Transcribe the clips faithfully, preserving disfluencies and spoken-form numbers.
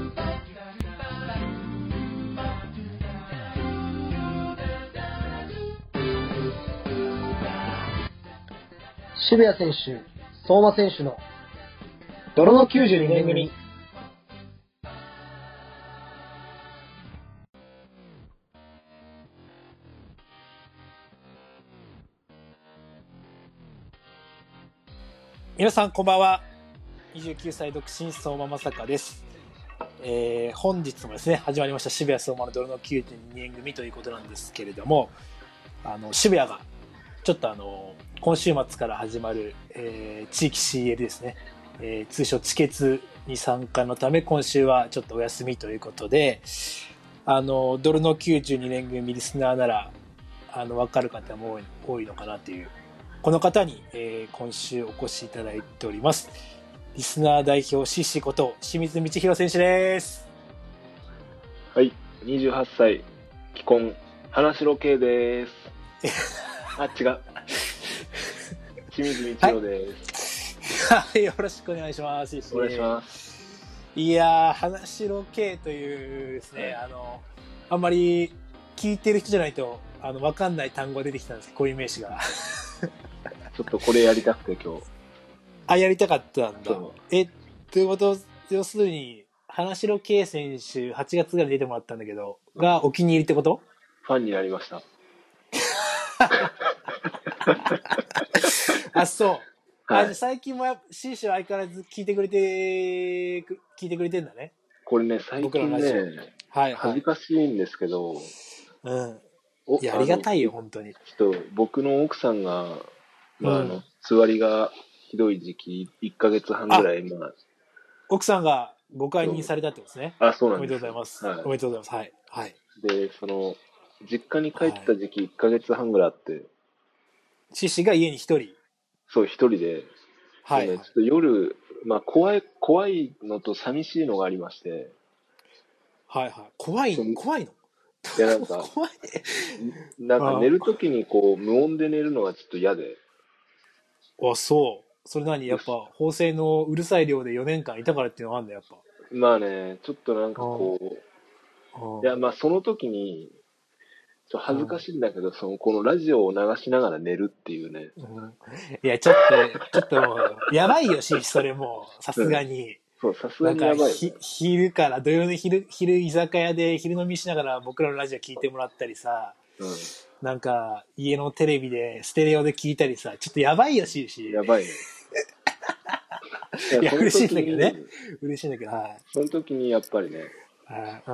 渋谷選手、相馬選手の泥のきゅうじゅうにねん組。 皆さんこんばんは。にじゅうきゅうさい独身相馬正香です。えー、本日もですね始まりました渋谷相馬の泥のきゅうじゅうにねん組ということなんですけれども、あの渋谷がちょっとあの今週末から始まる、えー、地域 シーエル ですね、えー、通称地決に参加のため今週はちょっとお休みということで、あの泥のきゅうじゅうにねん組リスナーならあの分かる方も多い、多いのかなというこの方に、えー、今週お越しいただいております。リスナー代表シッシこと清水道弘選手です。 はい、にじゅうはっさい既婚花城系です。あ、違う。清水道弘です。 はい、よろしくお願いします。 お願いします。 いやー、花城系というですね、はい、あのあんまり聞いてる人じゃないとあの分かんない単語が出てきたんですけど、こういう名詞が。 ちょっとこれやりたくて今日。 あ、やりたかったんだ。え、ということ、要するに、花城圭選手、はちがつぐらいに出てもらったんだけど、がお気に入りってこと？ ファンになりました。 あ、そう。 はい、 あ、じゃ最近もシーシーは相変わらず聞いてくれて、聞いてくれてんだね。 これね、最近ね、はいはい、恥ずかしいんですけど、 うん。いや、ありがたいよ、本当に。 ちょっと僕の奥さんが、まあ、うん、あの、つわりがひどい時期、いっかげつはんぐらい、まあ、 奥さんがごかいにされたってことですね。 あ、そうなんです。 おめでとうございます。はい、おめでとうございます。はい。はい。 で、その、実家に帰った時期いっかげつはんぐらいあって、 シシが家に一人。 そう、一人で、はい、ね。ちょっと夜、まあ、怖い、怖いのと寂しいのがありまして。 はいはい。怖いの怖いのいや、なんか、怖いなんか寝るときにこう、無音で寝るのがちょっと嫌で。 あ、そう。それ何やっぱ、法政のうるさい寮でよねんかんいたからっていうのがあるんだ、やっぱ。 まあね、ちょっとなんかこう、いや、まあその時に、ちょっと恥ずかしいんだけど、その、このラジオを流しながら寝るっていうね。 うん、いや、ちょっと、ちょっと、やばいよし、それもう、さすがに。うん、 そう、さすがにやばい、ね。 なんか、昼から、土曜の昼、昼居酒屋で昼飲みしながら僕らのラジオ聞いてもらったりさ、うん、なんか、家のテレビで、ステレオで聞いたりさ、ちょっとやばいよし、し。 やばいね。 いや、嬉しいんだけどね。嬉しいんだけど、はい。 その時にやっぱりね、うん、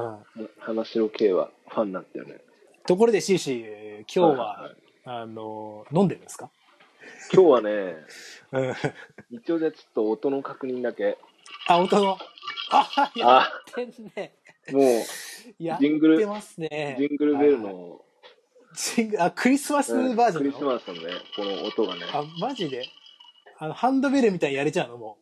花城系はファンになったよね。 ところで、シーシー、今日は、はいはい、あの、飲んでるんですか？ 今日はね、一応じゃあちょっと音の確認だけ。 あ、音の。あ、やってんね。 もう、 やってますね。 ジングルベルの、 ジングあ、クリスマスバージョンの、うん、 クリスマスのね、この音がね。 あ、マジであの、ハンドベルみたいにやれちゃうのも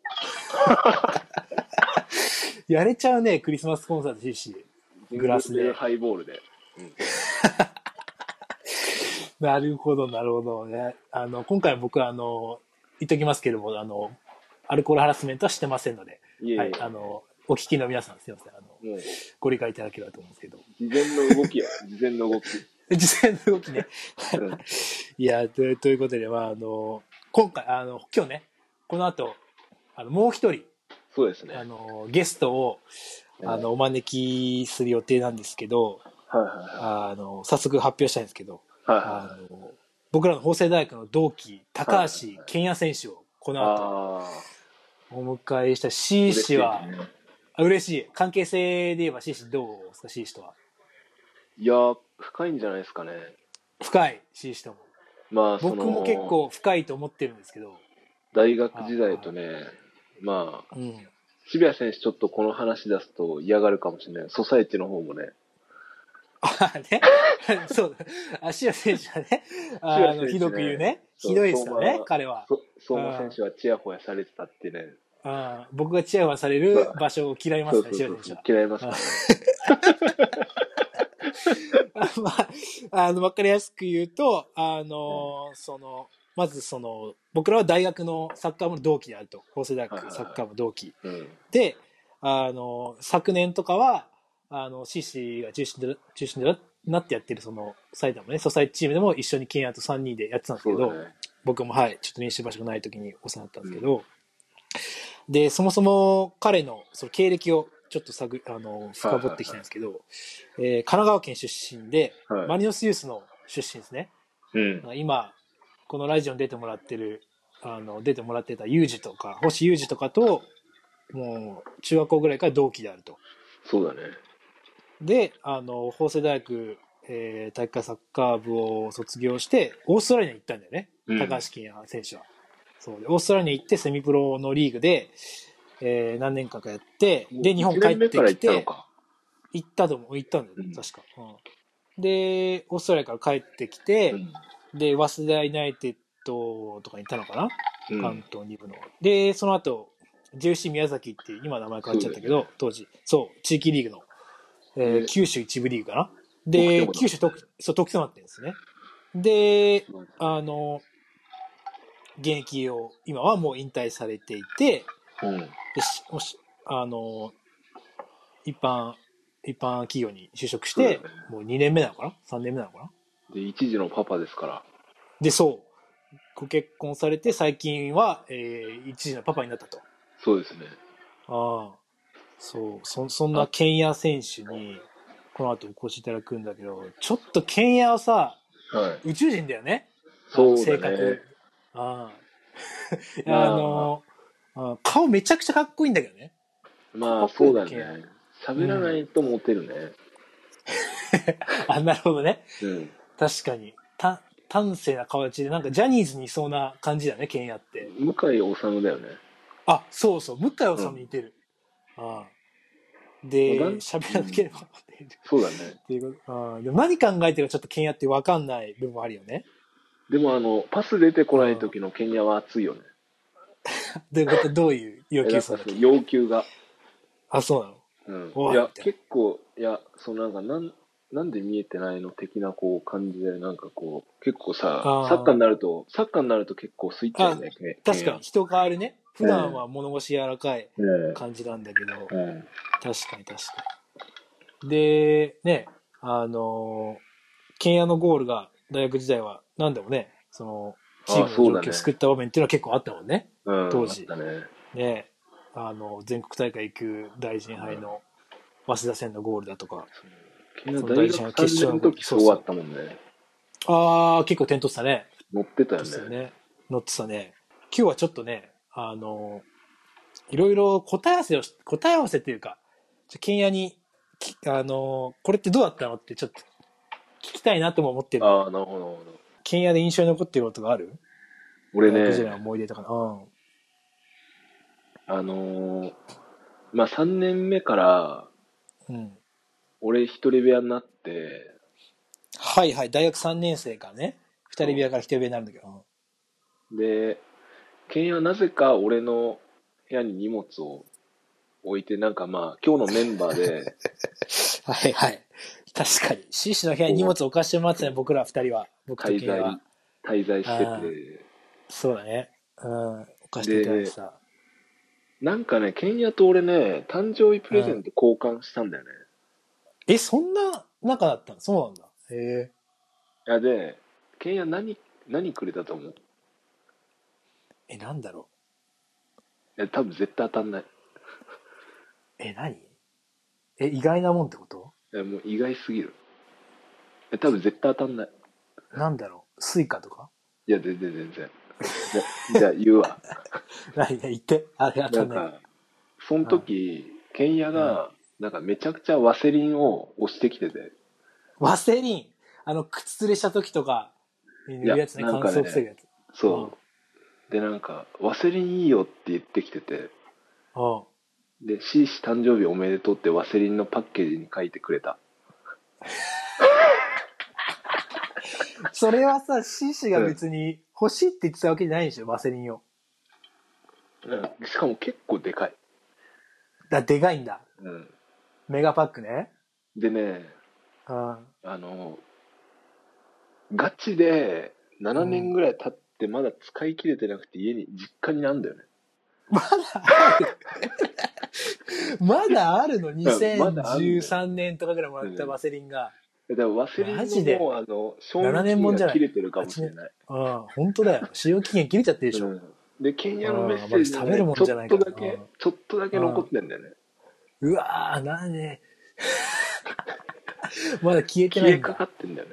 う。やれちゃうね、クリスマスコンサート シーシー。グラスで。 ハイボールで。うん、 なるほど、なるほどね。あの、今回僕は、あの、言っときますけれども、あの、アルコールハラスメントはしてませんので、 いえいえ、 はい、あの、お聞きの皆さん、すいません、あの、ご理解いただければと思うんですけど。 事前の動きよ、事前の動き。 事前の動きね。いや、ということで、まあ、あの、今回、あの、今日ね、この後、あの、もう一人、 そうですね。 あの、ゲストを、あの、お招きする予定なんですけど、 はいはいはい、 あの、早速発表したいんですけど、 はいはいはい、 あの僕らの法政大学の同期、高橋健也選手をこの後、お迎えした シー 氏は、嬉しい、ね、嬉しい。関係性で言えば シー 氏どうですか、シー 氏とは。 いや、深いんじゃないですかね。 深い、シー 氏とも。 まあ、 僕も結構深いと思ってるんですけど。 大学時代とね、まあ、うん、渋谷選手ちょっとこの話出すと嫌がるかもしれない。ソサエティの方もね。 あね、そうだ。渋谷選手はね、あの、ひどく言うね。ひどいですよね、彼は。 相馬選手はチヤホヤされてたってね。 あ僕がチヤホヤされる場所を嫌いますね、渋谷選手は。 嫌いますからね。 まあ、あの、わかりやすく言うと、あの、うん、その、まずその、僕らは大学のサッカー部の同期であると。法政大学サッカー部同期。はいはいはい、で、 あの、昨年とかは、あの、シーシーが中心で、中心でなってやってる、その、埼玉ね、ソサイチームでも一緒にケンヤとさんにんでやってたんですけど、 ね、 僕もはい、ちょっと練習場所がない時にお世話になったんですけど、うん、で、そもそも彼のその経歴をちょっと探あの深掘ってきたんですけど、はいはいはい、えー、神奈川県出身で、はい、マリノスユースの出身ですね。うん、今、このラジオに出てもらってる、あの、出てもらってたユージとか、星ユージとかと、もう、中学校ぐらいから同期であると。 そうだね。 で、あの、法政大学、えー、体育会サッカー部を卒業して、オーストラリアに行ったんだよね。うん、高橋健也選手は。そうで、オーストラリアに行って、セミプロのリーグで、えー、何年間かやって、で、日本帰ってきて、行ったと思う、行ったんだよ、うん、確か、うん。で、オーストラリアから帰ってきて、うん、で、早稲田ユナイテッドとかに行ったのかな、うん、関東に部の。で、その後、ジェーエフシー 宮崎っていう、今名前変わっちゃったけど、ね、当時、そう、地域リーグの、えー、九州一部リーグかな。で、九州特、そう、特徴になってるんですね。で、あの、現役を、今はもう引退されていて、うん、でもし、あの、一般、一般企業に就職して、ね、もうにねんめなのかな ?さん 年目なのかな。 で、一児のパパですから。 で、そう。ご結婚されて、最近は、えー、一児のパパになったと。 そうですね。 ああ。そう。そ、そんなケンヤ選手に、この後お越しいただくんだけど、ちょっとケンヤはさ、はい、宇宙人だよね。 そうだね。 性格。ああ。あの、あ、顔めちゃくちゃかっこいいんだけどね。 まあ、そうだね。喋らないとモテるね。うん、 あ、なるほどね。 うん。 確かに。た、端正な形で、なんかジャニーズにいそうな感じだね、ケンヤって。 向井治だよね。 あ、そうそう、向井治に似てる。うん、ああ。で、喋らなければモテる。 そうだね。 っていうこと。あ、でも何考えてるかちょっとケンヤって分かんない部分あるよね。 でもあの、パス出てこない時のケンヤは熱いよね。 どういうこと、どういう要求するの？ 要求が。 あ、そうなの？ うん。いや、結構、いや、そのなんか、なん、なんで見えてないの的なこう感じで、なんかこう、結構さ、サッカーになると、サッカーになると結構スイッチあるね。 確かに、人変わるね。普段は物腰柔らかい感じなんだけど、えーえー、確かに確かに。で、ね、あの、ケンヤのゴールが大学時代は何でもね、その、チームの状況を救った場面っていうのは結構あったもんね。 うん、 当時。 あったね。 ね、あの、全国大会行く大臣杯の早稲田戦のゴールだとか。 ケンヤ大学さんねんの時そうあったもんね。 ああ、結構点取ってたね。 乗ってたよね。 ね乗ってたね。今日はちょっとね、あの、いろいろ答え合わせを、答え合わせっていうか、ケンヤに、あの、これってどうだったのってちょっと聞きたいなとも思ってる。 ああ、なるほど、なるほど。 ケンヤで印象に残ってることがある？ 俺ね。 大学時代の思い出とかな。うん。 あのー、まあ、さんねんめから、うん。俺一人部屋になって、 はいはい、大学さんねん生からね、二人部屋から一人部屋になるんだけど。 で、ケンヤはなぜか俺の部屋に荷物を置いて、なんかまあ、今日のメンバーで、 はいはい。確かに。シーシーの部屋に荷物置かしてもらってたね、僕ら二人は。僕とケンヤは。 滞在してて。 そうだね。うん。置かしていただいてさ。 なんかね、ケンヤと俺ね、誕生日プレゼント交換したんだよね。 うん、え、そんな仲だったの？そうなんだ。へえ。 いやで、ケンヤ何、何くれたと思う？ え、なんだろう？え、多分絶対当たんない。 え、何？え、意外なもんってこと？ え、もう意外すぎる。え、多分絶対当たんない。 なんだろう？スイカとか？ いや、全然全然。じゃあ言うわ。 何言って。あれ当たんない。 なんか、その時、ケンヤが、なんかめちゃくちゃワセリンを押してきてて。 ワセリン？あの、靴釣れした時とか、塗るやつね、乾燥防ぐやつ。 そう。で、なんか、ワセリンいいよって言ってきてて。 ああ。 で、シーシー誕生日おめでとうってワセリンのパッケージに書いてくれた。 それはさ、シーシーが別に欲しいって言ってたわけじゃないんでしょ、ワセリンを。 うん。しかも結構でかい。 だ、でかいんだ。 うん。 メガパックね。 でね、 ああの、ガチでななねんぐらい経ってまだ使い切れてなくて家に、実家になんだよね。 まだあるまだあるの？ にせんまだあるんだよじゅうさんねんとかぐらいもらったワセリンが。 だからワセリンマジでのもう、あの、賞ななねんもんじゃない味期限が切れてるかもしれない。 うん、本当だよ。使用期限切れちゃってるでしょ。 うん、で、ケンヤのメッセージが、 うんまだ食べるもんちょじゃないからっとだけ、ちょっとだけ残ってんだよね。 うわー、なにまだ消えてな消えいんだ。 かかってんだよね。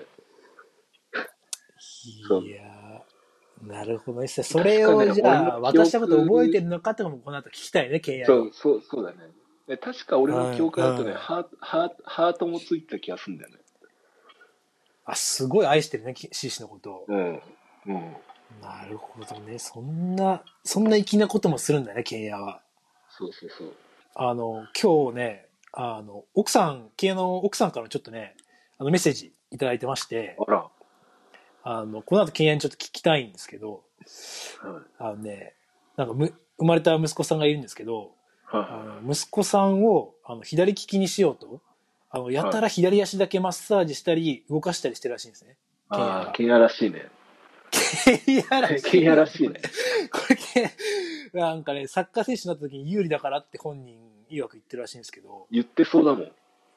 いやー、なるほどね。それをじゃあ、渡したこと覚えてるのかとかもこの後聞きたいね、ケンヤそう、そう、そうだね。で確か俺の記憶だとね、 うんハート、ハート、ハートもついてた気がするんだよね。 あ、すごい愛してるね、シーシのことを。 うん。うん。 なるほどね。そんな、そんな粋なこともするんだね、ケンヤは。 そうそうそう。 あの、今日ね、あの、奥さん、ケンヤの奥さんからちょっとね、あのメッセージいただいてまして、 あら。 あの、この後ケンヤにちょっと聞きたいんですけど、 はい。 あのね、なんかむ、生まれた息子さんがいるんですけど、あはの息子さんをあの左利きにしようと、あのやたら左足だけマッサージしたり動かしたりしてるらしいんですね。 い。ああ、ケンヤらしいね。 ケンヤらしい。 ケンヤらしいね。 これケン、なんかね、サッカー選手になった時に有利だからって本人曰く言ってるらしいんですけど。 言ってそうだもん。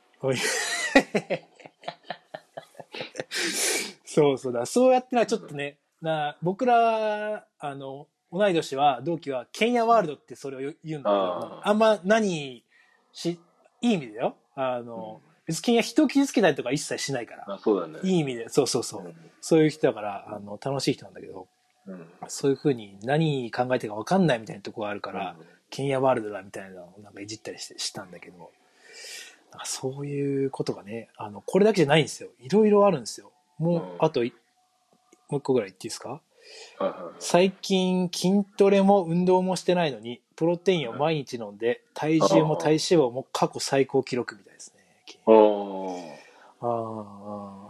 そうそうだ。そうやってのはちょっとね、な僕ら、あの、同い年は、同期は、ケンヤワールドってそれを言うんだけど、 ああんま何し、いい意味だよ。あの、うん、別にケンヤ人を傷つけたりとか一切しないから。 あ、そうだね。 いい意味で、そうそうそう。うん、そういう人だから、あの、楽しい人なんだけど、うん、そういうふうに何考えてるか分かんないみたいなところがあるから、うん、ケンヤワールドだみたいなのをなんかいじったりしてしたんだけど、なんかそういうことがね、あの、これだけじゃないんですよ。いろいろあるんですよ。もう、うん、あと、もう一個ぐらい言っていいですか？最近筋トレも運動もしてないのにプロテインを毎日飲んで体重も体脂肪も過去最高記録みたいですね。ああ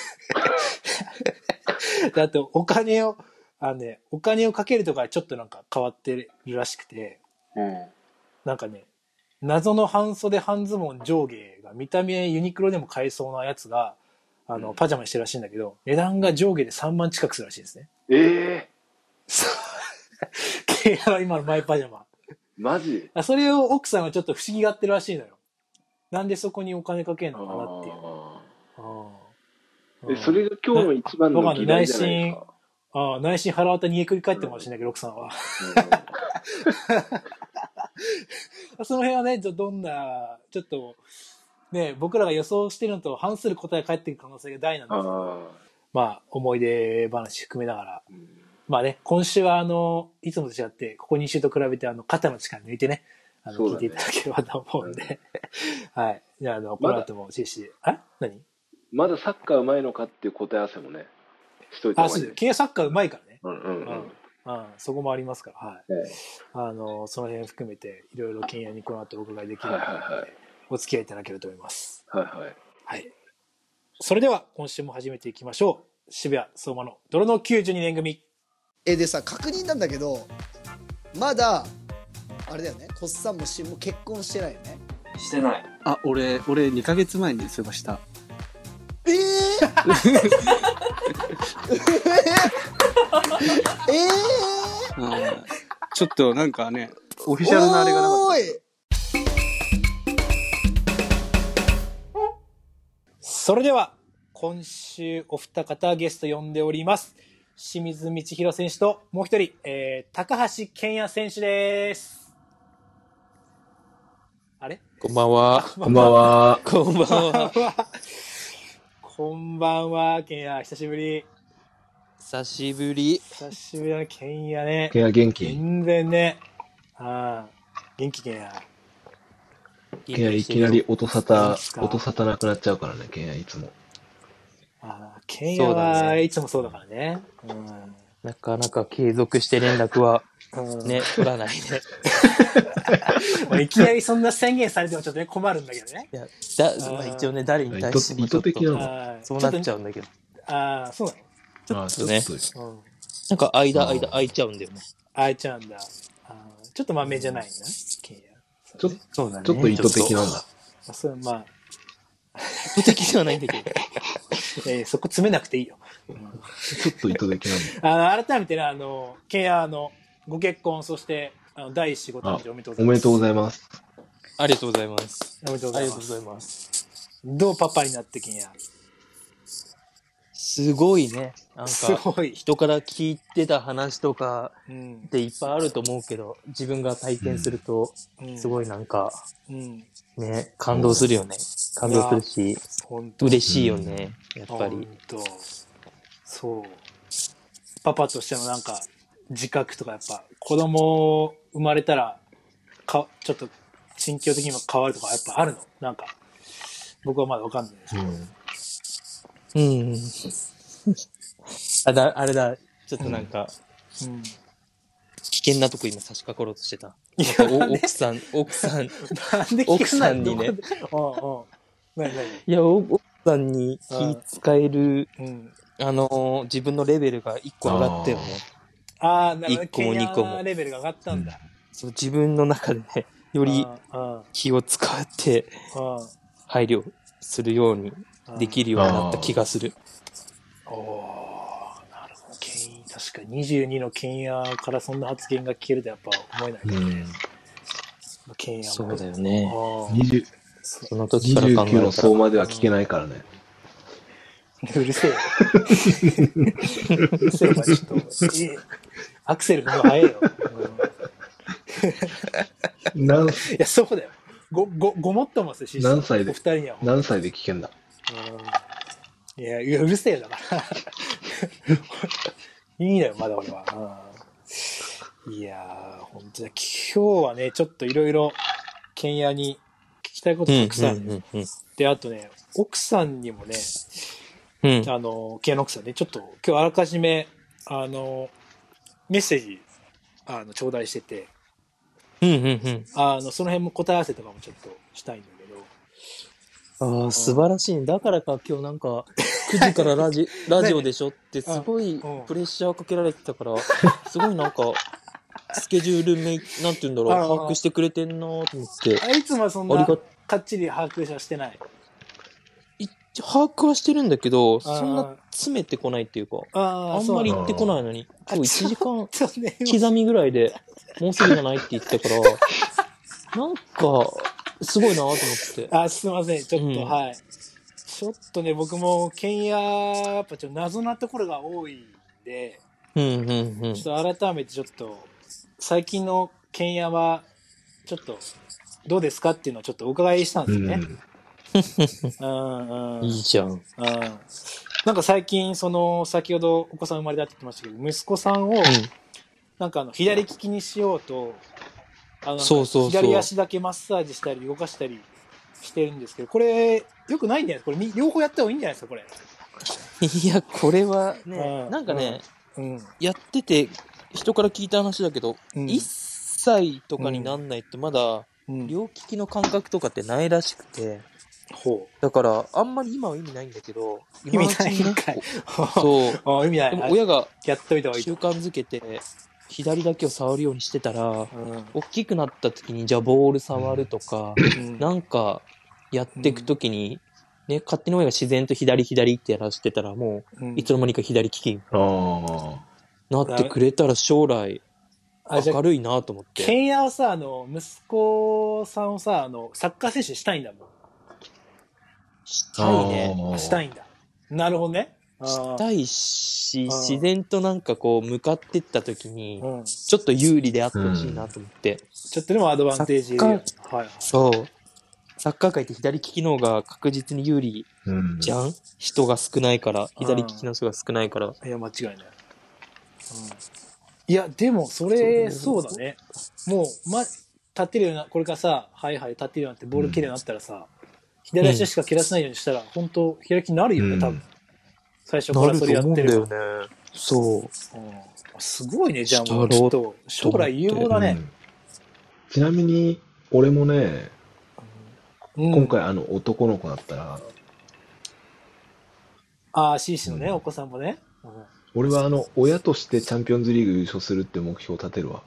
ああとお金をあのねお金をかけるとかちょっとなんか変わってるらしくて、うん、なんかね謎の半袖半ズボン上下が見た目ユニクロでも買えそうなやつがあの、うん、パジャマにしてるらしいんだけど、値段が上下でさんまん近くするらしいですね。 ええー。ケイヤは今のマイパジャマ。 マジ？ それを奥さんはちょっと不思議がってるらしいのよ。なんでそこにお金かけるのかなっていう。ああえ、それが今日の一番の議題じゃないですか。 ああ、内心腹渡にえくり返ってるかもしれないけど、うん、奥さんは。うん、その辺はね、どんな、ちょっと、ね、僕らが予想してるのと反する答えが返ってくる可能性が大なんですけど、まあ、思い出話含めながら、うん、まあね、今週はあの、いつもと違って、ここに週と比べてあの、肩の力抜いてね、あの、ね、聞いていただければと思うんで、うん、はい。じゃあ、あの、この後もシーシー、あ何まだサッカー上手いのかっていう答え合わせもね、しといた方がいい。 あ、そうです。君はサッカー上手いからね。 うんうんうん。うんうん、そこもありますから、はい。はい、あの、その辺含めて、いろいろケンヤにこの後お伺いできるので、はいはいはい、お付き合いいただけると思います。 はいはい。 はい。それでは、今週も始めていきましょう。渋谷相馬の泥のきゅうじゅうにねん組。 え、でさ、確認なんだけど、まだ、あれだよね、コッサンもシンも結婚してないよね。 してない。 あ、俺、俺にかげつまえにそういえばした。 えー、えー、 あちょっとなんかね、オフィシャルなあれがなかった。 それでは今週お二方ゲスト呼んでおります。清水道弘選手ともう一人、えー、高橋健也選手です。あれ？ こんばんは。 こんばんは。 こんばんは。 こんばんは、健也、久しぶり。 久しぶり。 久しぶりだね、健也ね。 健也元気。 全然ね。ああ、元気健也。 ケンヤいきなり音沙汰、音沙汰なくなっちゃうからね、ケンヤいつも。 ああ、ケンヤはいつもそうだからね。うん、 なかなか継続して連絡は、ね、取らないで。 いきなりそんな宣言されてもちょっとね、困るんだけどね。 いや、だまあ、一応ね、誰に対しても意図的なの。 そうなっちゃうんだけど。 ああ、そうなの？ ちょっとね。うん、なんか間、間空いちゃうんだよね。 空いちゃうんだ。あちょっと豆じゃないな、ケンヤ。 ちょ, そうだね、ちょっと意図的なんだ。 あそれまあ意図的ではないんだけど、 えー、そこ詰めなくていいよ。 うん、ちょっと意図的なんだ。 あの改めてね、あのケンヤのご結婚、そしてあの第一子ご誕生おめでとうございます。 おめでとうございます。 ありがとうございます。 おめでとうごあざいます。 りがとうございます。 どうパパになってけんや。 すごいね。なんすか、 ごい。 人から聞いてた話とかうんっていっぱいあると思うけど、自分が体験すると、 うんすごいなんか、 うんね、感動するよね。感動するし、 本当嬉しいよね。やっぱ本り。 当そうパパとしてのなんか自覚とかやっぱ子供生まれたらかちょっと心境的にも変わるとかやっぱあるのなんか僕はまだわかんないですけど、 うん。あだあれだ、ちょっとなんか、 うん、 危険なとこ今差し掛かろうとしてた。 いなんかやなんでお奥さん、奥さん、 なんで奥さんにね、 うんうん何何いや、お奥さんに気使える、 うんあのー自分のレベルが一個上がったよね。 ああなるほど一個も二個もケンヤレベルが上がったんだ、 そう自分の中でね、よりうん気を使ってうん配慮するようにできるようになった気がする。 おーなるほどケン確かににじゅうにのケンヤからそんな発言が聞けるとやっぱ思えないからね、ケンヤもそうだよね。 にじゅうその時から考えたら。 にじゅうきゅうの相馬では聞けないからね。 うるせえよ。うるせえよ、ちょっと。えアクセルの方が早いよ。うん、 何いや、そうだよ。ご、ご、ごもっともですよ、 何歳でお二人には。 何歳で聞けんだ。 うん、いや、いや、うるせえよ、だから。いいのよ、まだ俺は。うん、いやー、ほんとだ。今日はね、ちょっといろいろ、ケンヤに聞きたいことたくさんある、 うんうんうんうん。 で、あとね、奥さんにもね、 うん。 あの、ケンヤの奥さんね、ちょっと今日あらかじめ、あの、メッセージ、あの、頂戴してて、 うんうんうん。 あの、その辺も答え合わせとかもちょっとしたいんだけど、 ああ、素晴らしいね。だからか、今日なんか、くじからラジラジオでしょってすごいうんプレッシャーかけられてたから、すごいなんか、スケジュールメイ、なんて言うんだろう、 ああ把握してくれてんなと思って。 あいつもはそんなありがかっちり把握はしてない。 一応把握はしてるんだけど、 あそんな詰めてこないっていうか、 ああんまり言ってこないのに、 あ今日いちじかんちょっとね、 刻みぐらいで、もうすぐじゃないって言ってたから、なんか、すごいなと思って。 あ、すいません、ちょっと、 うんはい。ちょっとね、僕も、ケンヤ、やっぱちょっと謎なところが多いんで、 うんうんうん。 ちょっと改めてちょっと、最近のケンヤは、ちょっと、どうですかっていうのをちょっとお伺いしたんですよね。うんうん。 いいじゃん。 うん。なんか最近、その、先ほどお子さん生まれたって言ってましたけど、息子さんを、 うん。 なんかあの、左利きにしようと、あの、なんかそうそうそう左足だけマッサージしたり動かしたりしてるんですけど、これ、よくないんじゃないですかこれみ、両方やった方がいいんじゃないですかこれ。 いや、これはね、 うんなんかね、 うん。 やってて、人から聞いた話だけど、 うんいっさいとかになんないってまだ、 うん。 両利きの感覚とかってないらしくて、 ほだから、あんまり今は意味ないんだけど、 う。意味ない今のうちにねんかい。 そう。 う。意味ない。 でも親がやっといた方がいいと。 習慣づけて、左だけを触るようにしてたら、 うん。 大きくなった時に、じゃあボール触るとか、 うんなんかやっていく時に、ね、勝手に親が自然と左左ってやらしてたら、もうんう、いつの間にか左利きにあなってくれたら将来、 あ、じゃあ明るいなと思って。 ケンヤはさ、あの、息子さんをさ、あの、サッカー選手したいんだもん。 したいね。 あーしたいんだ。なるほどね。 したいし、 あー自然となんかこう、向かってった時に、 うん。 ちょっと有利であってほしいなと思って。 ちょっとでもアドバンテージいるよ。はいはい。 そう。サッカー界って左利きの方が確実に有利うんじゃん、人が少ないから、左利きの人が少ないから。 いや、間違いない。うん。いや、でも、それ、そうだね。もう、ま、立てるような、これからさ、はいはい、立てるようになって、ボール蹴るようになったらさ、左足しか蹴らせないようにしたら、本当左利きになるよね、多分。最初かなるとらそれや思うんだよってるばね。そう。 うんすごいね、じゃあもう、 したろうちょっと、将来有望だね。 うんちなみに、俺もね、 うん今回あの男の子だったら、 ああ、シーシーのね、 うんお子さんもね。うん俺はあの、親としてチャンピオンズリーグ優勝するって目標を立てるわ。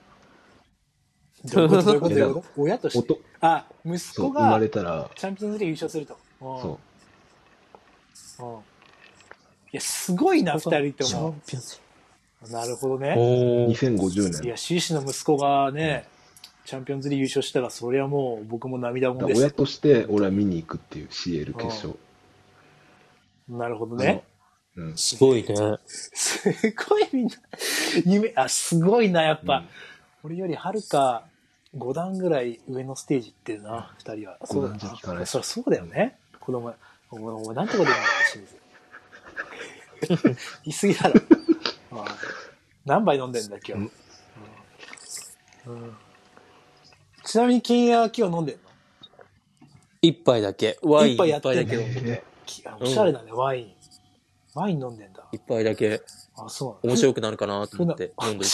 どういうことどういうことどういうこと親として。 おとあ、息そう、 子が生まれたら、 チャンピオンズリーグ優勝すると。うんそうんいや、すごいな、二人とチャンも。 ピオンズ。 なるほどね。 う、 おー。 にせんごじゅういねん。 や、シーシーの息子がね、 チャンピオンズリーグ優勝したら、そりゃもう僕も涙もんだですよ。 親として俺は見に行くっていう シーエル 決勝。 なるほどね。 うん。 すごいね。 すごいみんな、夢、あ、すごいな、やっぱ。 うん、 俺よりはるかご段ぐらい上のステージ行ってるな、二人は。 ご段じゃ聞かない。 そりゃそうだよね。子供、お前、お前なんてこと言うんだよ、清水。言い過ぎだろ。ああ何杯飲んでんだ、今日。うんうん、ちなみに、金谷は今日飲んでんの？ 一杯だけ。ワイン一杯やってん一杯だけだけど。おしゃれだね、ワイン。ワイン飲んでんだ。 一杯だけ。 あ、そう面白くなるかなと思って飲んでる。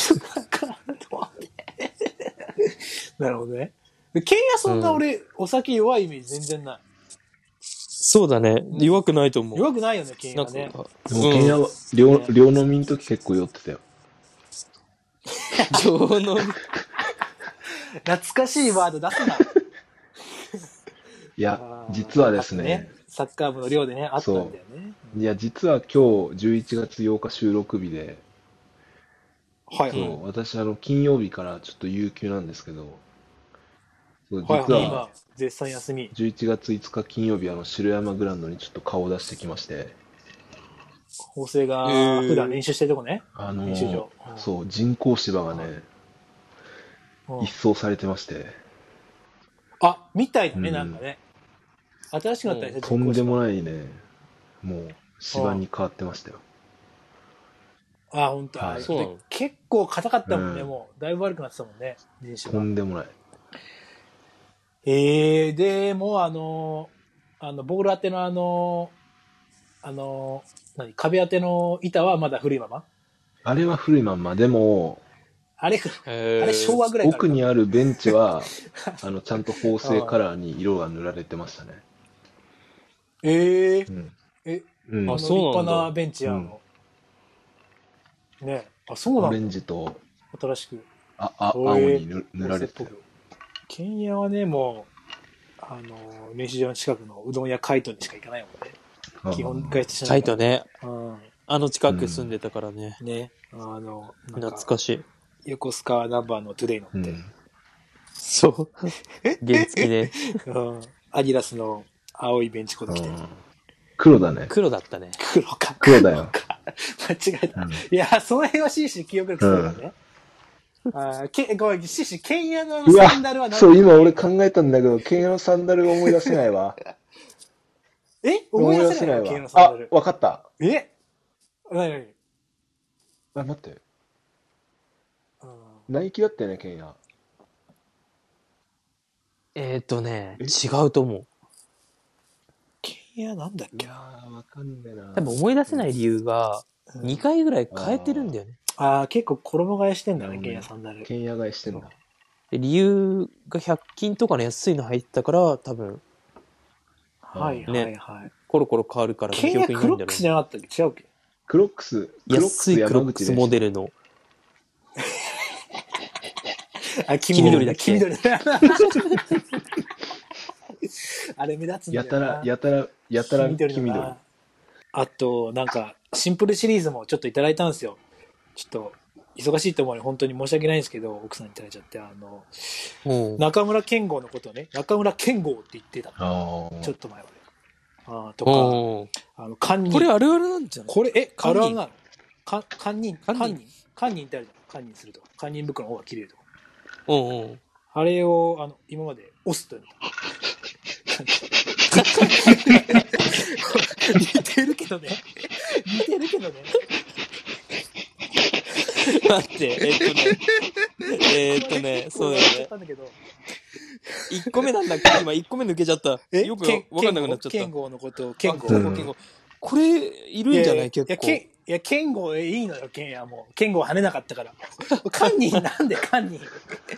なるほどね。ケンヤそんな俺、うん、お酒弱いイメージ全然ない。 そうだね。弱くないと思う。 弱くないよね、ケンヤね。 でもケンヤは両、両飲みの時結構酔ってたよ。 両飲み。懐かしいワード出すな。 いや、実はですね、ね、 サッカー部の寮でね、あったんだよね。 いや、実は今日じゅういちがつようか収録日で、 はい、 そう、うん、私、あの、金曜日からちょっと有給なんですけど、そう実は、はい、 今、 絶賛休み。 じゅういちがついつか金曜日、あの、城山グランドにちょっと顔を出してきまして、 法政が普段練習してるとこね、 あのー、 練習場。 そう、人工芝がね、うん、一掃されてまして。 あ、みたいだね、うん、なんかね。新しくなったりね、 とんでもないね、もう、芝に変わってましたよ。 あ、ほんと、はい、そう結構硬かったもんね、うん、もう。だいぶ悪くなってたもんね、人種とんでもない。 えー、でも、あの、あの、ボール当てのあの、あの、何、壁当ての板はまだ古いまま？ あれは古いまんま。でも、 あれ、あれ昭和ぐらいから。 奥にあるベンチは、あの、ちゃんと縫製カラーに色が塗られてましたね。 えー、 うん、 え、うん、あの、立派なベンチやの。うん、ねあ、そうなんだ。 オレンジと、 新しく。 あ、あ、青に塗られてたよ。 ケンヤはね、もう、あの、練習場の近くのうどん屋カイトにしか行かないもんね。基本外出しない。 カイトね。 うん。 あの近く住んでたからね。 うん、ね。あの、 懐かしい。 横須賀ナンバーのトゥデイ乗って。うん、 そう。原付で。 うん。アディダスの青いベンチコード着て。 黒だね。 黒だったね。 黒か。 黒だよ。 間違えた。うん、いや、その辺はシーシー記憶力するからね。うん、あけごめん、シーシー、ケンヤのサンダルは何？ そう、今俺考えたんだけど、ケンヤのサンダルが思い出せないわ。 え思い出せないわ。ケンヤのサンダル。 あ、わかった。 えなになにあ、待って。ナイキだったよね、ケンヤ。 えーっとね、違うと思う。 ケンヤなんだっけな。 わかんねえな。 多分思い出せない理由が、にかいぐらい変えてるんだよね。 ああ、結構衣替えしてんだね、ケンヤサンダル。 ケンヤ替えしてんだ。 で理由がひゃく均とかの安いの入ったから、多分。 はいはいはい。 ね、コロコロ変わるから記憶にないんだろう。ケンヤクロックスじゃなかったっけ？違うっけ？ クロックス。 安いクロックスモデルの。 あ、黄緑だ、黄緑だ。あれ目立つんだよな。 やたら、やたら、やたら黄緑。 あと、なんか、シンプルシリーズもちょっといただいたんですよ。ちょっと、忙しいと思うので本当に申し訳ないんですけど、奥さんにいただいちゃって、あの、中村健吾のことをね、中村健吾って言ってた。ちょっと前まで。あとか、あの、堪忍。 これあるあるなんじゃない？ これ、え、あるあるなの？か、堪忍、堪忍、堪忍ってあるじゃん。堪忍すると。堪忍袋の方が切れると。 うんうん。 あれを、あの、今まで押すと読んだ。似てるけどね。似てるけどね。 待って、えっとね。えー、っとね、そうだよね。いっこめなんだっけ？今いっこめ抜けちゃった。えよくわかんなくなっちゃった。 剣豪のことを、剣豪。 これ、いるんじゃない？結構。 いや、剣豪いいのよ、剣やもう。剣豪跳ねなかったから。堪忍なんで堪忍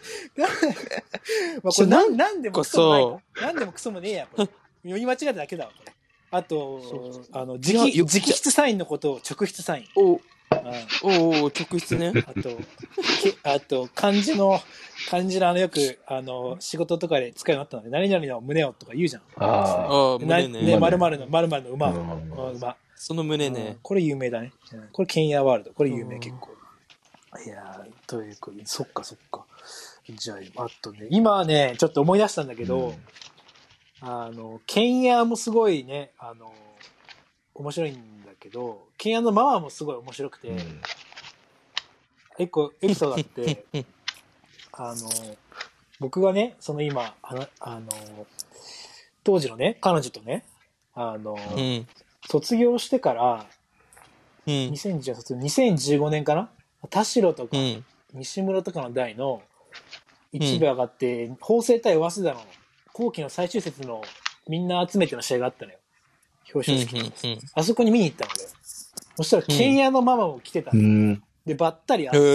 まあこれなんなんでもクソもないか。なんでもクソもねえや、これ。読み間違えただけだわ、これ。あと、あの、直直筆サインのことを直筆サイン。 おおお直筆ね。 あと、あと、漢字の、漢字のあのよく、あの、仕事とかで使うようになったので、何々の胸をとか言うじゃん。 ああ、胸ね。 ね、〇〇の、〇〇の馬を。馬。 その胸ね。 これ有名だね。これケンヤワールド。これ有名結構。いやー、ということで、そっかそっか。 じゃあ、あとね、今ね、ちょっと思い出したんだけど、うん、あの、ケンヤもすごいね、あの、面白いんだけど、ケンヤのママもすごい面白くて、うん、一個エピソードあって、あの、僕がね、その今、あの、あの当時のね、彼女とね、あの、うん、卒業してから、うん、にせんじゅうごねんかな、田代とか、うん、西村とかの代の一部上がって、うん、法政対早稲田の後期の最終節のみんな集めての試合があったのよ。表彰式、うんうんうん。あそこに見に行ったので。そしたら、ケンヤのママも来てたの、うん。で、ばったり会って、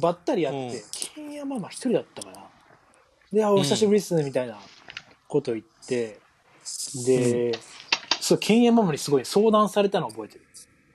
ばったり会って、うん、ケンヤママ一人だったから。で、あ、お久しぶりっすね、みたいなこと言って、で、うん、そう、ケンヤママにすごい相談されたのを覚えてる。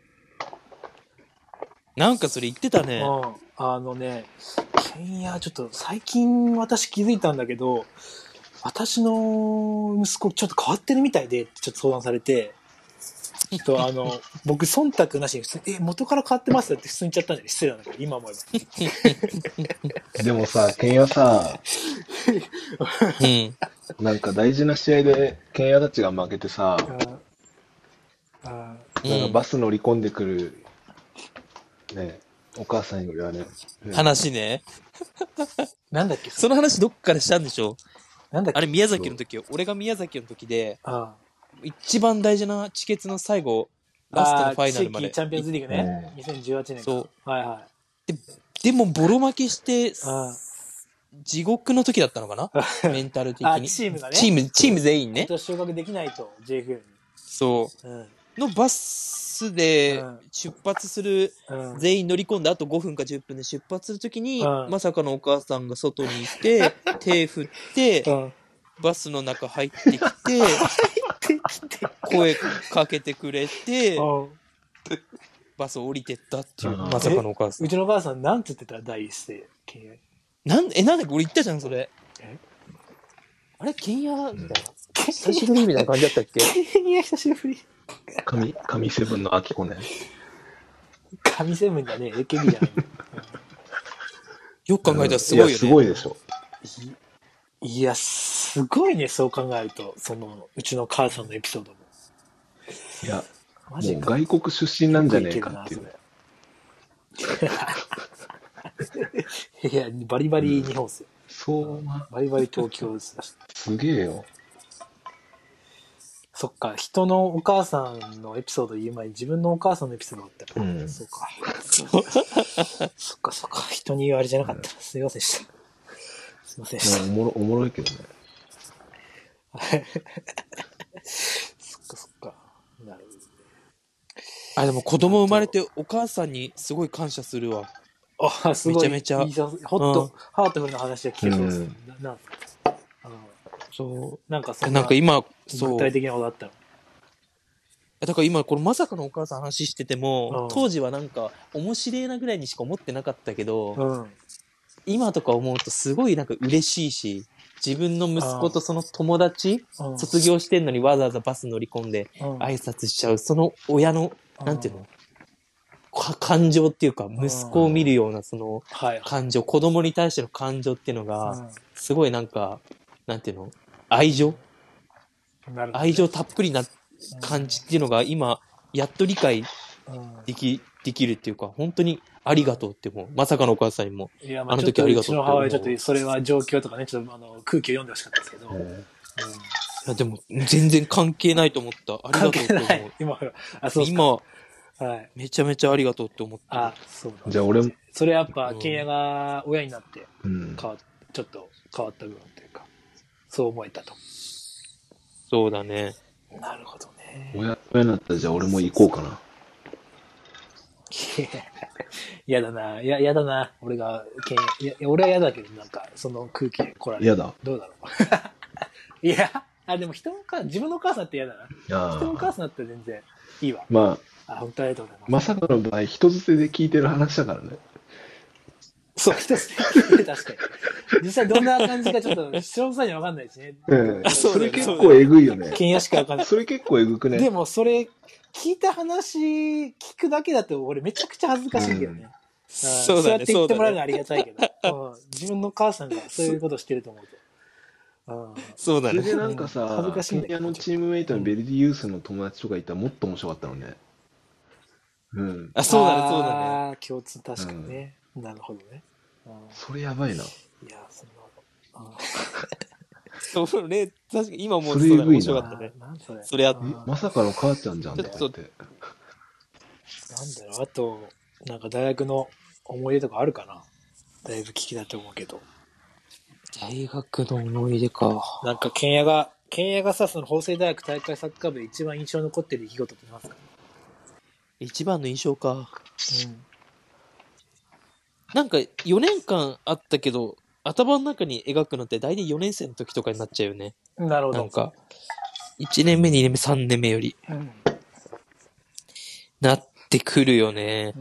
なんかそれ言ってたね。 うん。あのね、ケンヤ、ちょっと最近私気づいたんだけど、私の息子ちょっと変わってるみたいでってちょっと相談されて、ちょっとあの、僕忖度なしに普通に、え、元から変わってますって普通に言っちゃったんじゃない？失礼なんだけど、今思えば。でもさ、ケンヤさ、うん、なんか大事な試合でケンヤたちが負けてさ、ああなんかバス乗り込んでくる、ね、お母さんよりはね。 ね話ね。 なんだっけその話どっかでしたんでしょ？なんだっけあれ宮崎の時よ。俺が宮崎の時で、ああ一番大事なチケツの最後、ラストのファイナルまで。 チャンピオンズリーグね。にせんじゅうはちねんか。そう。はいはい。 で、でもボロ負けして、地獄の時だったのかなメンタル的に。 あ、チームがね。 チーム、チーム全員ね。 昇格できないと、ジェイエフエル に。 そう。うん、のバスで出発する、うん、全員乗り込んであとごふんかじゅっぷんで出発するときに、うん、まさかのお母さんが外にいて、手振って、うん、バスの中入ってきて、声かけてくれて、バス降りてったっていう、まさかのお母さん。 うちのお母さんなんつってた第一声。 なん、え、なんで俺言ったじゃん、それ。えあれ、ケンヤみたいな。久しぶりみたいな感じだったっけケンヤ久しぶり。 神、神セブンのアキコね。 神セブンだね、エーケービー じゃない。 よく考えたらすごいよね。いや、 すごいでしょ。 いや、すごいね、そう考えると、その、うちの母さんのエピソードも。 いや、マジもう外国出身なんじゃねえかっていう。 いや、バリバリ日本っすよ。 そう。 バリバリ東京です。 すげえよ。 そっか、人のお母さんのエピソード言う前に自分のお母さんのエピソードだったから。うん、そうか。そっかそっか、人に言われじゃなかった。すいませんでした。すいませんでした。 おもろ、おもろいけどね。 そっかそっか。なるほどね。 あ、でも子供生まれてお母さんにすごい感謝するわ。 あ、すごい。 めちゃめちゃ。 ほっと、うん、ハートフルな話が聞けそうです。うん、な、なそう。 なんかそんな、なんか今、 そう。具体的なことあったの。 だから今、このまさかのお母さん話してても、うん、当時はなんか、面白いなぐらいにしか思ってなかったけど、うん、今とか思うとすごいなんか嬉しいし、自分の息子とその友達、うん、卒業してんのにわざわざバス乗り込んで挨拶しちゃう、その親の、うん、なんていうの感情っていうか、息子を見るようなその感情、うん、子供に対しての感情っていうのが、すごいなんか、なんていうの愛情、なるほどね、愛情たっぷりな感じっていうのが今、やっと理解でき、できるっていうか、本当にありがとうってもう、まさかのお母さんにも、 いや、まあ、あの時ありがとうって。うちの母親ちょっとそれは状況とかね、ちょっとあの空気を読んでほしかったですけど。うんうん、いやでも、全然関係ないと思った。ありがとうって思う。 今、あ、そう今、はい、めちゃめちゃありがとうって思って。 あ、そうだ。 じゃあ俺も。 それやっぱ、ケンヤが親になって、変わっ、うん、ちょっと変わった部分というか、そう思えたと。 そうだね。 なるほどね。 親、親になったらじゃあ俺も行こうかな。 嫌だな。や、やだな。俺が、ケンヤ、いや、俺は嫌だけど、なんか、その空気で来られる。 嫌だ。 どうだろう。いや、あ、でも人の母、自分のお母さんって嫌だな。人のお母さんだったら全然いいわ。 まあ、あ、本当ありがとうございます。 まさかの場合、人づてで聞いてる話だからね。 そう、人づてで聞いて確かに。実際どんな感じかちょっと、詳細には分かんないですね。 うん。それ結構えぐいよね。 ケンヤしか分かんない。 それ結構えぐくね。 でもそれ、聞いた話、聞くだけだと俺めちゃくちゃ恥ずかしいけどね。うん、 そうだね。そうやって言ってもらえるのはありがたいけど、うん、自分の母さんがそういうことしてると思うと。 そうだね。 それでなんかさ、うん、ケニアのチームメイトにベルディユースの友達とかいたらもっと面白かったのね。うん。 あ、そうだね、そうだね。 ああ、共通確かにね、うん。なるほどね。 それやばいな。いや、そんな。 それ、確かに今思うとそうだね、面白かったね。それ。それあまさかの母ちゃんじゃんって。 なんだろう、あと、なんか大学の思い出とかあるかな。だいぶ聞きだと思うけど。 大学の思い出か。 なんか、ケンヤが、ケンヤがさ、その法政大学大会サッカー部で一番印象に残ってる出来事って何ですか？ 一番の印象か。うん。なんか、よねんかんあったけど、頭の中に描くのって大体よねん生の時とかになっちゃうよね。 なるほど。 なんか、いちねんめ、にねんめ、さんねんめより。うん、なってくるよね。うん、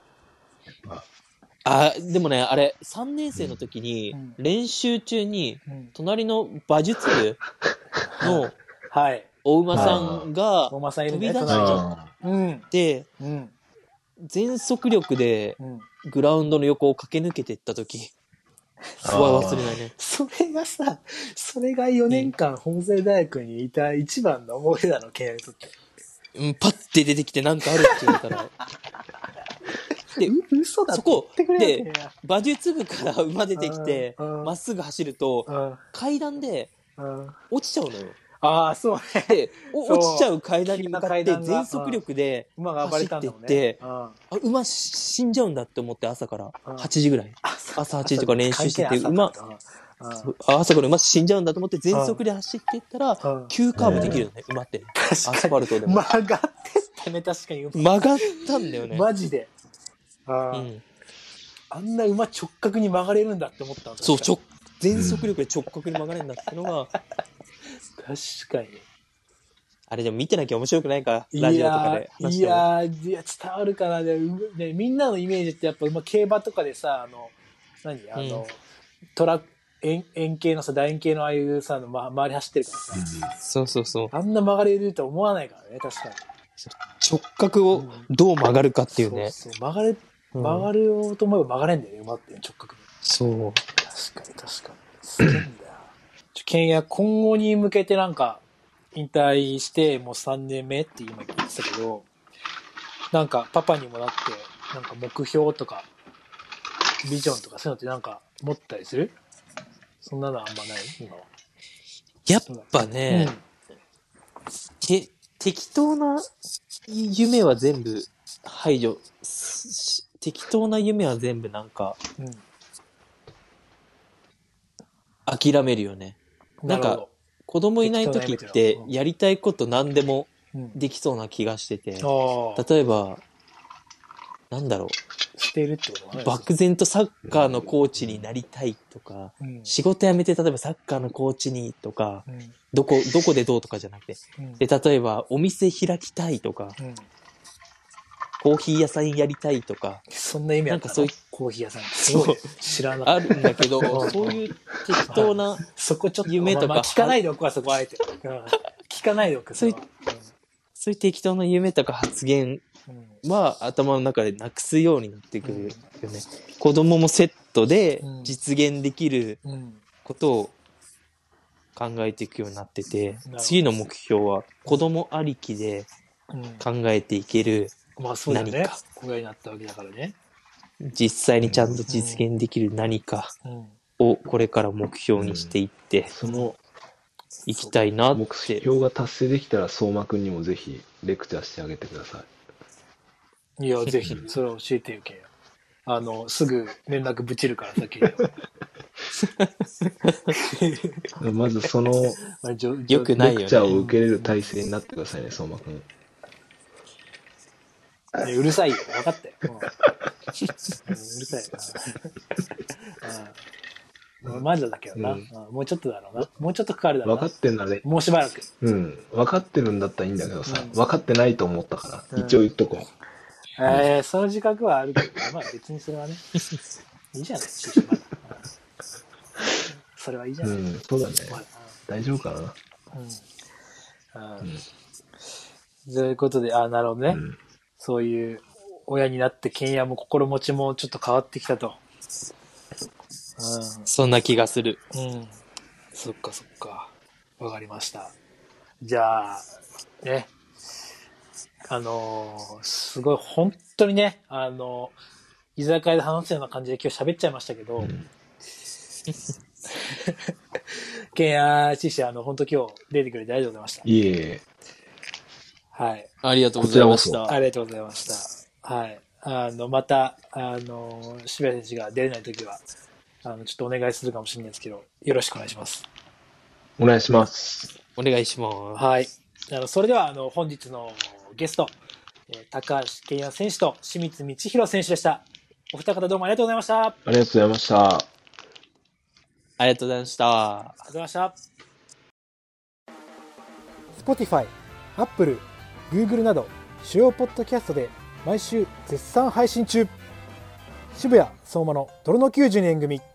あ、でもね、あれ、さんねん生の時に、練習中に、隣の馬術部の、はい。お馬さんが、飛び出しちゃって、全速力で、グラウンドの横を駆け抜けていった時、すごい忘れないね。 それがさ、それがよねんかん法政大学にいた一番の思い出だろ、ケンヤにとって。 うん、パッて出てきてなんかあるって言ったら。 で、嘘だって言ってくれよ。 で、馬術部から馬出てきて、まっすぐ走ると、階段で落ちちゃうのよ。 ああ、そうね。 で、落ちちゃう階段に向かって全速力で走っていって、あ、馬死んじゃうんだって思って朝からはちじぐらい。朝はちじとか練習してて、馬、朝から馬死んじゃうんだと思って全速で走っていったら、急カーブできるよね、馬って。アスファルトでも。 曲がってったね、確かに。 曲がったんだよね。 マジで。あ,、うん、あんな馬直角に曲がれるんだって思ったんそう、直、全速力で直角に曲がれるんだってのが、 確かに。 あれでも見てなきゃ面白くないか、ラジオとかで話しても。いやー、いや伝わるかな、ね、ね。みんなのイメージってやっぱ馬競馬とかでさ、あの、何あの、うん、トラック、円, 円形のさ、楕円形のああいうさ、ま、周り走ってるからさ、 うん。そうそうそう。 あんな曲がれると思わないからね、確かに。 直角をどう曲がるかっていうね。うん、 そうそう曲がれ、曲がるようと思えば曲がれんだよね、馬って直角に。 そう。 確かに確かに。すげえんだよ。ケンヤ、今後に向けてなんか、引退してもうさんねんめって今言ってたけど、なんかパパにもなって、なんか目標とか、ビジョンとかそういうのってなんか持ったりする？そんなのあんまない今は。 やっぱね、うん、て適当な夢は全部排除、適当な夢は全部なんか、うん、諦めるよね。なんか子供いない時ってやりたいこと何でもできそうな気がしてて、うん、例えばなんだろう、 してるってこと？ 漠然とサッカーのコーチになりたいとか、うん、仕事辞めて例えばサッカーのコーチにとか、うん、どこどこでどうとかじゃなくて、うん、で例えばお店開きたいとか、うん、コーヒー屋さんやりたいとか、 そんな意味あったの？なんかそういうコーヒー屋さんすごい知らなかった。 あるんだけどそういう適当なそこちょっと夢とか、まあ、 聞かないでおくわ、そこあえて聞かないでおく。 そういう、そういう適当な夢とか発言は頭の中でなくすようになってくるよね、うん、子供もセットで実現できることを考えていくようになってて、うん、次の目標は子供ありきで考えていける何か、 まあそうだね、親になったわけだからね、 実際にちゃんと実現できる何かをこれから目標にしていって、 その行きたいなって。 目標が達成できたら相馬くんにもぜひレクチャーしてあげてください。いやぜひそれ教えてよけん。あのすぐ連絡ぶちるからさけん。まずそのよくないよね。 レクチャーを受けれる体制になってくださいね、相馬くん。 うるさいよ、分かったよ。うん、うるさいよな。マジだけどな、うん、もうちょっとだろうな。もうちょっとかかるだろうな。 分かってんなら、 もうしばらく。 うん。分かってるんだったらいいんだけどさ、うん、分かってないと思ったから、うん、一応言っとこう。 えー、その自覚はあるけど、まあ別にそれはね、いいじゃない、まだ。それはいいじゃない。 うん、そうだね。まあ、大丈夫かな。うん。 うん。ということで、あ、なるほどね。うん、そういう親になってケンヤも心持ちもちょっと変わってきたと。 うん、そんな気がする。 うん。そっかそっか。わかりました。じゃあ、ね。あのー、すごい、本当にね、あのー、居酒屋で話すような感じで今日喋っちゃいましたけど、うん、ケンヤシシ、あの、本当今日出てくれてありがとうございました。 いえ。 はい。 ありがとうございました。 ありがとうございました。はい。あの、また、あの、渋谷選手が出れないときは、あの、ちょっとお願いするかもしれないですけど、よろしくお願いします。 お願いします。 お願いします。 はい。あの、それでは、あの、本日のゲスト、えー、高橋健也選手と清水道弘選手でした。お二方どうもありがとうございました。 ありがとうございました。 ありがとうございました。 ありがとうございました。Spotify、Apple、Google など主要ポッドキャストで毎週絶賛配信中。渋谷相馬の泥のきゅうじゅうにねん組。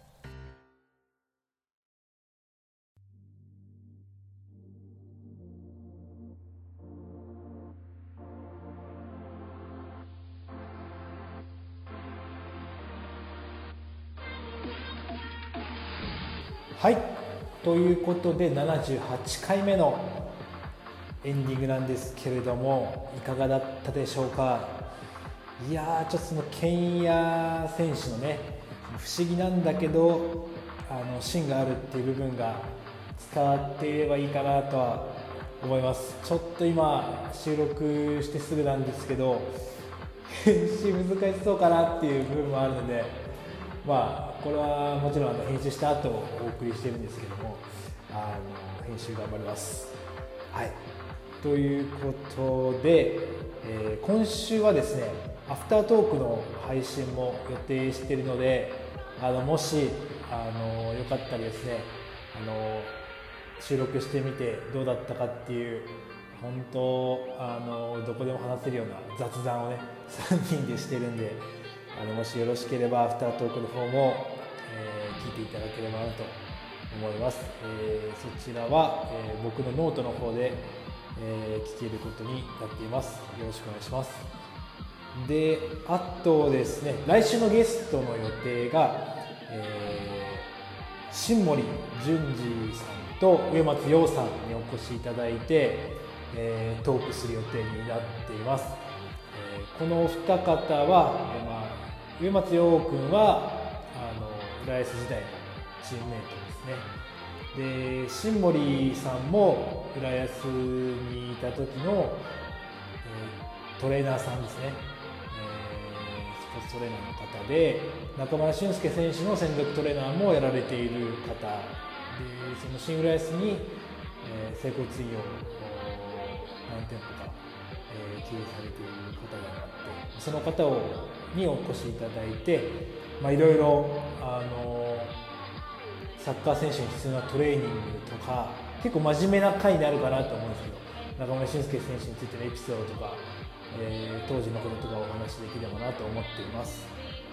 はい、ということでななじゅうはちかいめのエンディングなんですけれども、いかがだったでしょうか。いやー、ちょっとそのケンヤ選手のね、不思議なんだけどあの芯があるっていう部分が伝わっていればいいかなとは思います。ちょっと今収録してすぐなんですけど編集難しそうかなっていう部分もあるので、まあこれはもちろんあの編集した後お送りしてるんですけども、あの編集頑張ります。はい、ということで、えー、今週はですねアフタートークの配信も予定しているので、あのもしあのよかったらですね、あの収録してみてどうだったかっていう、本当あのどこでも話せるような雑談をねさんにんでしてるんで、あのもしよろしければアフタートークの方も、えー、聞いていただければなと思います。えー、そちらは、えー、僕のノートの方で、えー、聞けることになっています。よろしくお願いします。で、あとですね、来週のゲストの予定が、えー、新森淳二さんと上松陽さんにお越しいただいて、えー、トークする予定になっています。えー、このお二方は、えーまあ、上松陽君はあの浦安時代のチームメイトですね。で、新森さんも浦安にいた時の、えー、トレーナーさんですね。スポーツトレーナーの方で、中村俊輔選手の専属トレーナーもやられている方で、その新浦安に、えー、整骨院を何店舗か、えー、経営されている方があって、その方をにお越しいただいて、まあ、いろいろあのサッカー選手に必要なトレーニングとか、結構真面目な回になるかなと思うんですけど、中村俊輔選手についてのエピソードとか、えー、当時のこととかお話しできればなと思っています。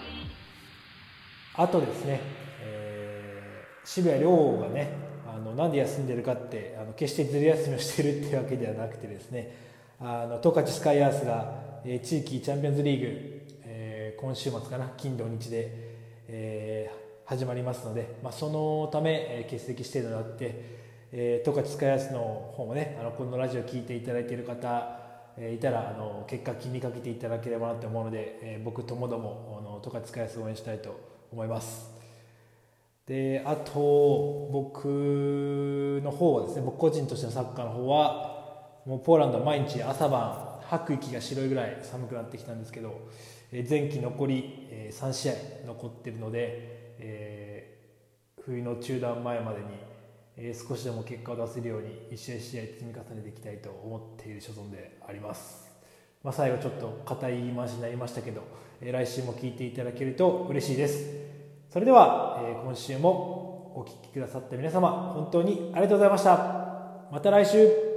あとですね、えー、渋谷亮がね、あのなんで休んでるかって、あの決してずる休みをしてるっていうわけではなくてですね、あの十勝スカイアースが、えー、地域チャンピオンズリーグ、えー、今週末かな、金土日で、えー、始まりますので、まあ、そのため、えー、欠席しているのがあって、えー、十勝スカイアースの方もね、あのこのラジオ聞いていただいている方いたら、あの結果気にかけていただければなと思うので、えー、僕ともどもあの十勝スカイアースを応援したいと思います。で、あと僕の方はですね、僕個人としてのサッカーの方はもうポーランドは毎日朝晩吐く息が白いぐらい寒くなってきたんですけど、えー、前期残り、えー、さんしあい残っているので、えー、冬の中断前までにえー、少しでも結果を出せるように一試合一試合積み重ねていきたいと思っている所存であります。まあ、最後ちょっと硬い言い回しになりましたけど、えー、来週も聞いていただけると嬉しいです。それでは、えー、今週もお聞きくださった皆様、本当にありがとうございました。また来週。